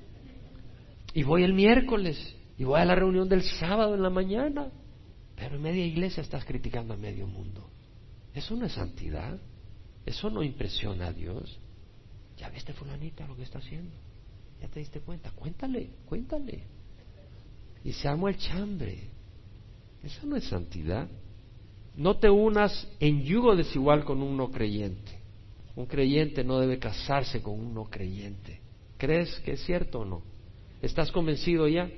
y voy el miércoles y voy a la reunión del sábado en la mañana, pero en media iglesia estás criticando a medio mundo. Eso no es santidad, eso no impresiona a Dios. ¿Ya viste fulanita lo que está haciendo? ¿Ya te diste cuenta? Cuéntale, cuéntale. Y se armó el chambre. Eso no es santidad. No te unas en yugo desigual con un no creyente. Un creyente no debe casarse con un no creyente. ¿Crees que es cierto o no? ¿Estás convencido ya?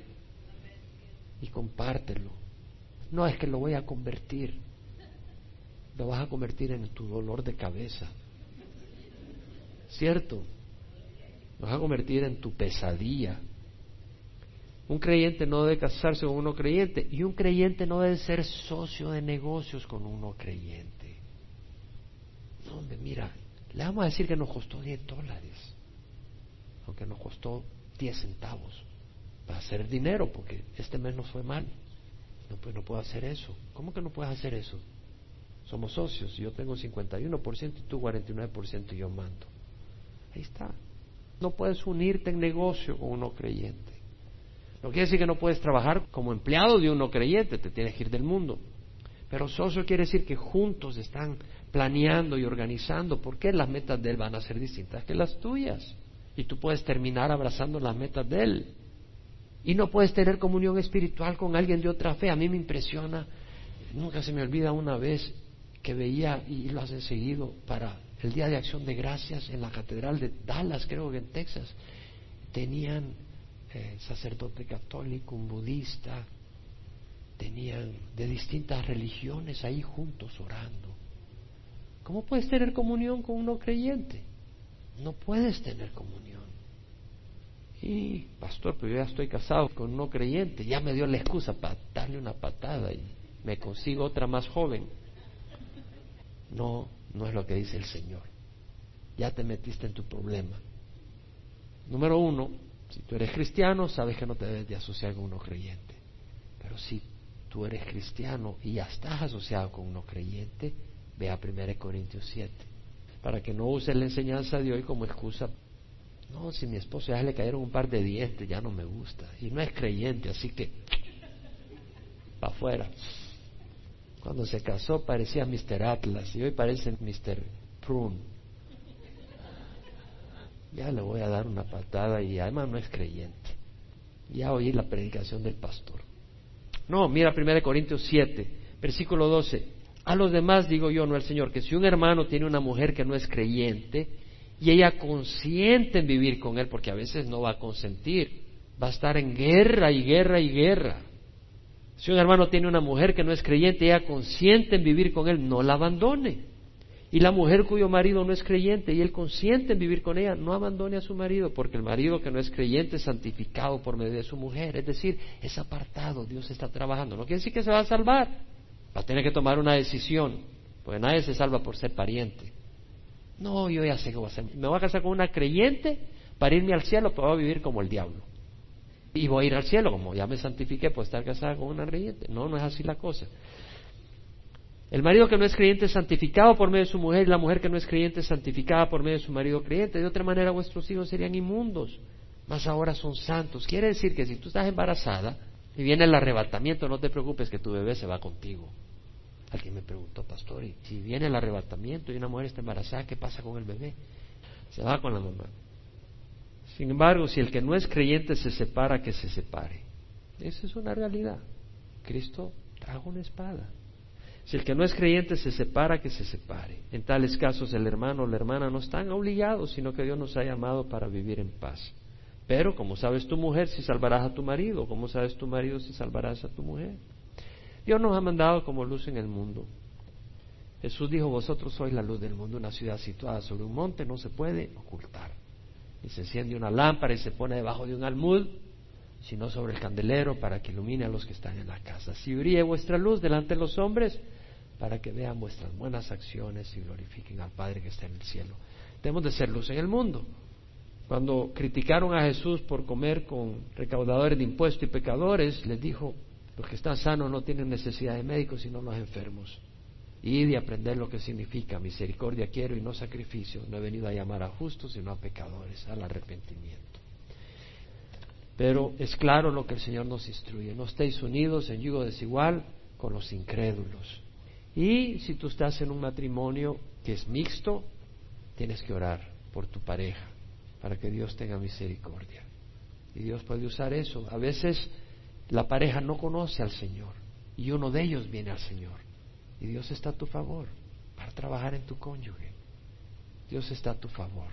Y compártelo. No es que lo voy a convertir. Lo vas a convertir en tu dolor de cabeza. ¿Cierto? Lo vas a convertir en tu pesadilla. Un creyente no debe casarse con un no creyente, y un creyente no debe ser socio de negocios con un no creyente. No, hombre, mira, le vamos a decir que nos costó diez dólares, aunque nos costó diez centavos, para hacer dinero, porque este mes nos fue mal. No, pues no puedo hacer eso. ¿Cómo que no puedes hacer eso? Somos socios, yo tengo cincuenta y uno por ciento y tú cuarenta y nueve por ciento y yo mando. Ahí está. No puedes unirte en negocio con un no creyente. No quiere decir que no puedes trabajar como empleado de un no creyente, te tienes que ir del mundo. Pero socio quiere decir que juntos están planeando y organizando, porque las metas de él van a ser distintas que las tuyas. Y tú puedes terminar abrazando las metas de él. Y no puedes tener comunión espiritual con alguien de otra fe. A mí me impresiona, nunca se me olvida una vez que veía, y lo hacen seguido, para el Día de Acción de Gracias en la Catedral de Dallas, creo que en Texas, tenían eh, sacerdote católico, un budista, tenían de distintas religiones ahí juntos orando. ¿Cómo puedes tener comunión con un no creyente? No puedes tener comunión. Y, pastor, pero yo ya estoy casado con un no creyente, ya me dio la excusa para darle una patada y me consigo otra más joven. No, no es lo que dice el Señor. Ya te metiste en tu problema. Número uno, si tú eres cristiano, sabes que no te debes de asociar con un no creyente. Pero si tú eres cristiano y ya estás asociado con un no creyente, ve a primera Corintios siete, para que no uses la enseñanza de hoy como excusa. No, si mi esposo ya le cayeron un par de dientes, ya no me gusta. Y no es creyente, así que para afuera. Cuando se casó parecía mister Atlas y hoy parece mister Prune. Ya le voy a dar una patada y además no es creyente. Ya oí la predicación del pastor. No, mira primera Corintios siete, versículo doce. A los demás digo yo, no el Señor, que si un hermano tiene una mujer que no es creyente y ella consiente en vivir con él, porque a veces no va a consentir, va a estar en guerra y guerra y guerra. Si un hermano tiene una mujer que no es creyente y ella consiente en vivir con él, no la abandone. Y la mujer cuyo marido no es creyente y él consiente en vivir con ella, no abandone a su marido, porque el marido que no es creyente es santificado por medio de su mujer, es decir, es apartado, Dios está trabajando. No quiere decir que se va a salvar, va a tener que tomar una decisión, porque nadie se salva por ser pariente. No, yo ya sé qué voy a hacer, me voy a casar con una creyente para irme al cielo, pero voy a vivir como el diablo. Y voy a ir al cielo, como ya me santifiqué por estar casada con una creyente. No, no es así la cosa. El marido que no es creyente es santificado por medio de su mujer, y la mujer que no es creyente es santificada por medio de su marido creyente. De otra manera vuestros hijos serían inmundos, mas ahora son santos. Quiere decir que si tú estás embarazada y viene el arrebatamiento, no te preocupes que tu bebé se va contigo. Alguien me preguntó, pastor, ¿y si viene el arrebatamiento y una mujer está embarazada, qué pasa con el bebé? Se va con la mamá. Sin embargo, si el que no es creyente se separa, que se separe. Esa es una realidad. Cristo trajo una espada. Si el que no es creyente se separa, que se separe. En tales casos el hermano o la hermana no están obligados, sino que Dios nos ha llamado para vivir en paz. Pero, ¿cómo sabes tu mujer si salvarás a tu marido? ¿Cómo sabes tu marido si salvarás a tu mujer? Dios nos ha mandado como luz en el mundo. Jesús dijo, vosotros sois la luz del mundo. Una ciudad situada sobre un monte no se puede ocultar. Y se enciende una lámpara y se pone debajo de un almud, sino sobre el candelero para que ilumine a los que están en la casa. Si brille vuestra luz delante de los hombres, para que vean vuestras buenas acciones y glorifiquen al Padre que está en el cielo. Debemos de ser luz en el mundo. Cuando criticaron a Jesús por comer con recaudadores de impuestos y pecadores, les dijo, los que están sanos no tienen necesidad de médicos, sino los enfermos. Id y aprender lo que significa misericordia quiero y no sacrificio. No he venido a llamar a justos, sino a pecadores, al arrepentimiento. Pero es claro lo que el Señor nos instruye. No estéis unidos en yugo desigual con los incrédulos. Y si tú estás en un matrimonio que es mixto, tienes que orar por tu pareja para que Dios tenga misericordia. Y Dios puede usar eso. A veces la pareja no conoce al Señor y uno de ellos viene al Señor. Y Dios está a tu favor para trabajar en tu cónyuge. Dios está a tu favor.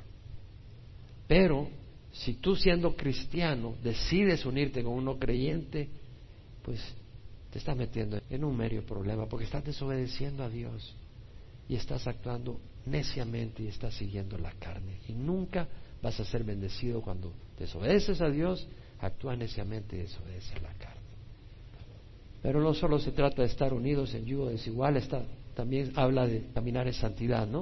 Pero si tú siendo cristiano decides unirte con un no creyente, pues te estás metiendo en un medio problema porque estás desobedeciendo a Dios y estás actuando neciamente y estás siguiendo la carne. Y nunca vas a ser bendecido cuando desobedeces a Dios, actúas neciamente y desobedeces la carne. Pero no solo se trata de estar unidos en yugo desigual, está, también habla de caminar en santidad, ¿no?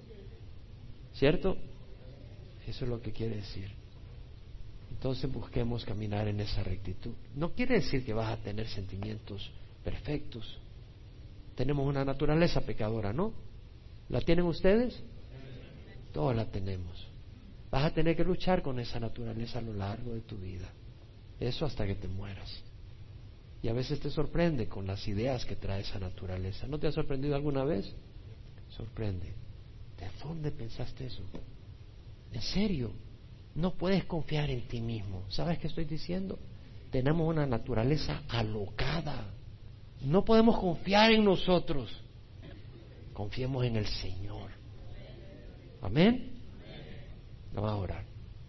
¿Cierto? Eso es lo que quiere decir. Entonces busquemos caminar en esa rectitud. No quiere decir que vas a tener sentimientos perfectos. Tenemos una naturaleza pecadora, ¿no? ¿La tienen ustedes? Todos la tenemos. Vas a tener que luchar con esa naturaleza a lo largo de tu vida. Eso hasta que te mueras. Y a veces te sorprende con las ideas que trae esa naturaleza. ¿No te ha sorprendido alguna vez? Sorprende. ¿De dónde pensaste eso? ¿En serio? No puedes confiar en ti mismo. ¿Sabes qué estoy diciendo? Tenemos una naturaleza alocada. No podemos confiar en nosotros. Confiemos en el Señor. Amén. Vamos a orar.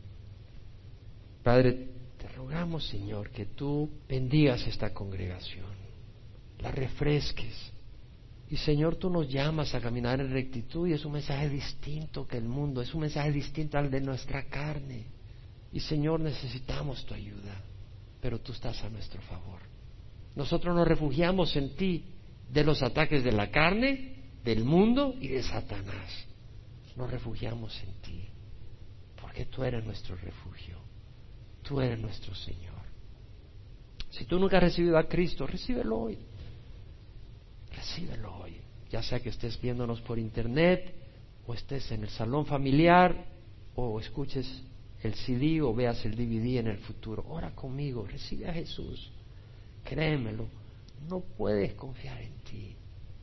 Padre, te rogamos, Señor, que tú bendigas esta congregación, la refresques. Y, Señor, tú nos llamas a caminar en rectitud y es un mensaje distinto que el mundo, es un mensaje distinto al de nuestra carne. Y, Señor, necesitamos tu ayuda, pero tú estás a nuestro favor. Nosotros nos refugiamos en ti de los ataques de la carne, del mundo y de Satanás. Nos refugiamos en ti, porque tú eres nuestro refugio. Tú eres nuestro Señor. Si tú nunca has recibido a Cristo, recíbelo hoy. Recíbelo hoy. Ya sea que estés viéndonos por internet, o estés en el salón familiar, o escuches el C D o veas el D V D en el futuro. Ora conmigo, recibe a Jesús. Créemelo, no puedes confiar en ti.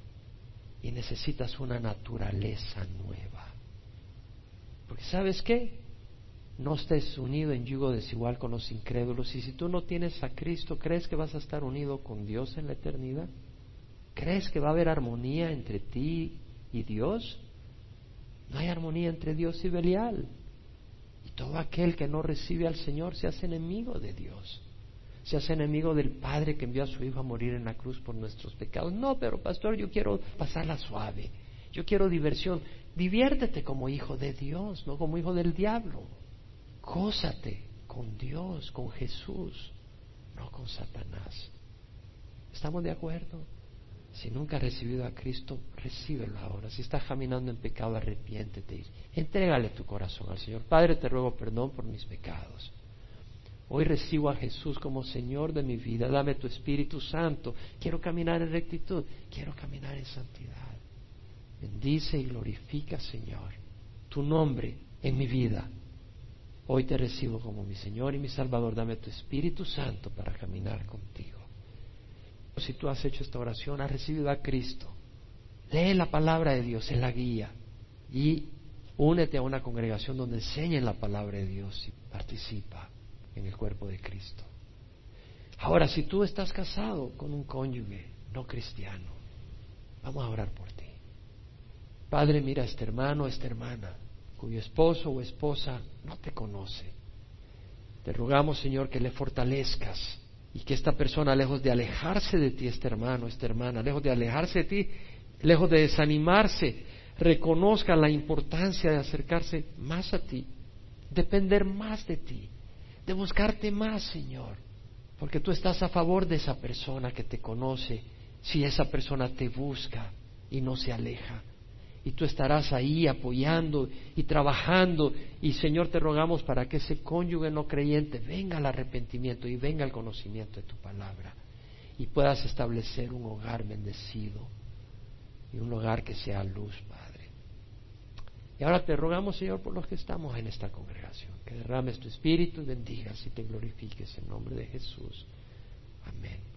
Y necesitas una naturaleza nueva. Porque ¿sabes qué? No estés unido en yugo desigual con los incrédulos. Y si tú no tienes a Cristo, ¿crees que vas a estar unido con Dios en la eternidad? ¿Crees que va a haber armonía entre ti y Dios? No hay armonía entre Dios y Belial. Y todo aquel que no recibe al Señor se hace enemigo de Dios. Se hace enemigo del Padre que envió a su Hijo a morir en la cruz por nuestros pecados. No, pero pastor, yo quiero pasarla suave. Yo quiero diversión. Diviértete como hijo de Dios, no como hijo del diablo. Gózate con Dios, con Jesús, no con Satanás. ¿Estamos de acuerdo? Si nunca has recibido a Cristo, recíbelo ahora. Si estás caminando en pecado, arrepiéntete. Entrégale tu corazón al Señor. Padre, te ruego perdón por mis pecados. Hoy recibo a Jesús como Señor de mi vida. Dame tu Espíritu Santo. Quiero caminar en rectitud. Quiero caminar en santidad. Bendice y glorifica, Señor, tu nombre en mi vida. Hoy te recibo como mi Señor y mi Salvador. Dame tu Espíritu Santo para caminar contigo. Si tú has hecho esta oración, has recibido a Cristo, lee la palabra de Dios, es la guía. Y únete a una congregación donde enseñen la palabra de Dios y participa en el cuerpo de Cristo. Ahora, si tú estás casado con un cónyuge no cristiano, Vamos a orar por ti. Padre, mira a este hermano, a esta hermana, cuyo esposo o esposa no te conoce. Te rogamos, Señor, que le fortalezcas y que esta persona, lejos de alejarse de ti, este hermano, esta hermana, lejos de alejarse de ti, lejos de desanimarse, reconozca la importancia de acercarse más a ti, depender más de ti, de buscarte más, Señor, porque tú estás a favor de esa persona que te conoce, si esa persona te busca y no se aleja. Y tú estarás ahí apoyando y trabajando. Y Señor, te rogamos para que ese cónyuge no creyente venga al arrepentimiento y venga al conocimiento de tu palabra. Y puedas establecer un hogar bendecido y un hogar que sea luz, Padre. Y ahora te rogamos, Señor, por los que estamos en esta congregación, que derrames tu espíritu y bendigas y te glorifiques en nombre de Jesús. Amén.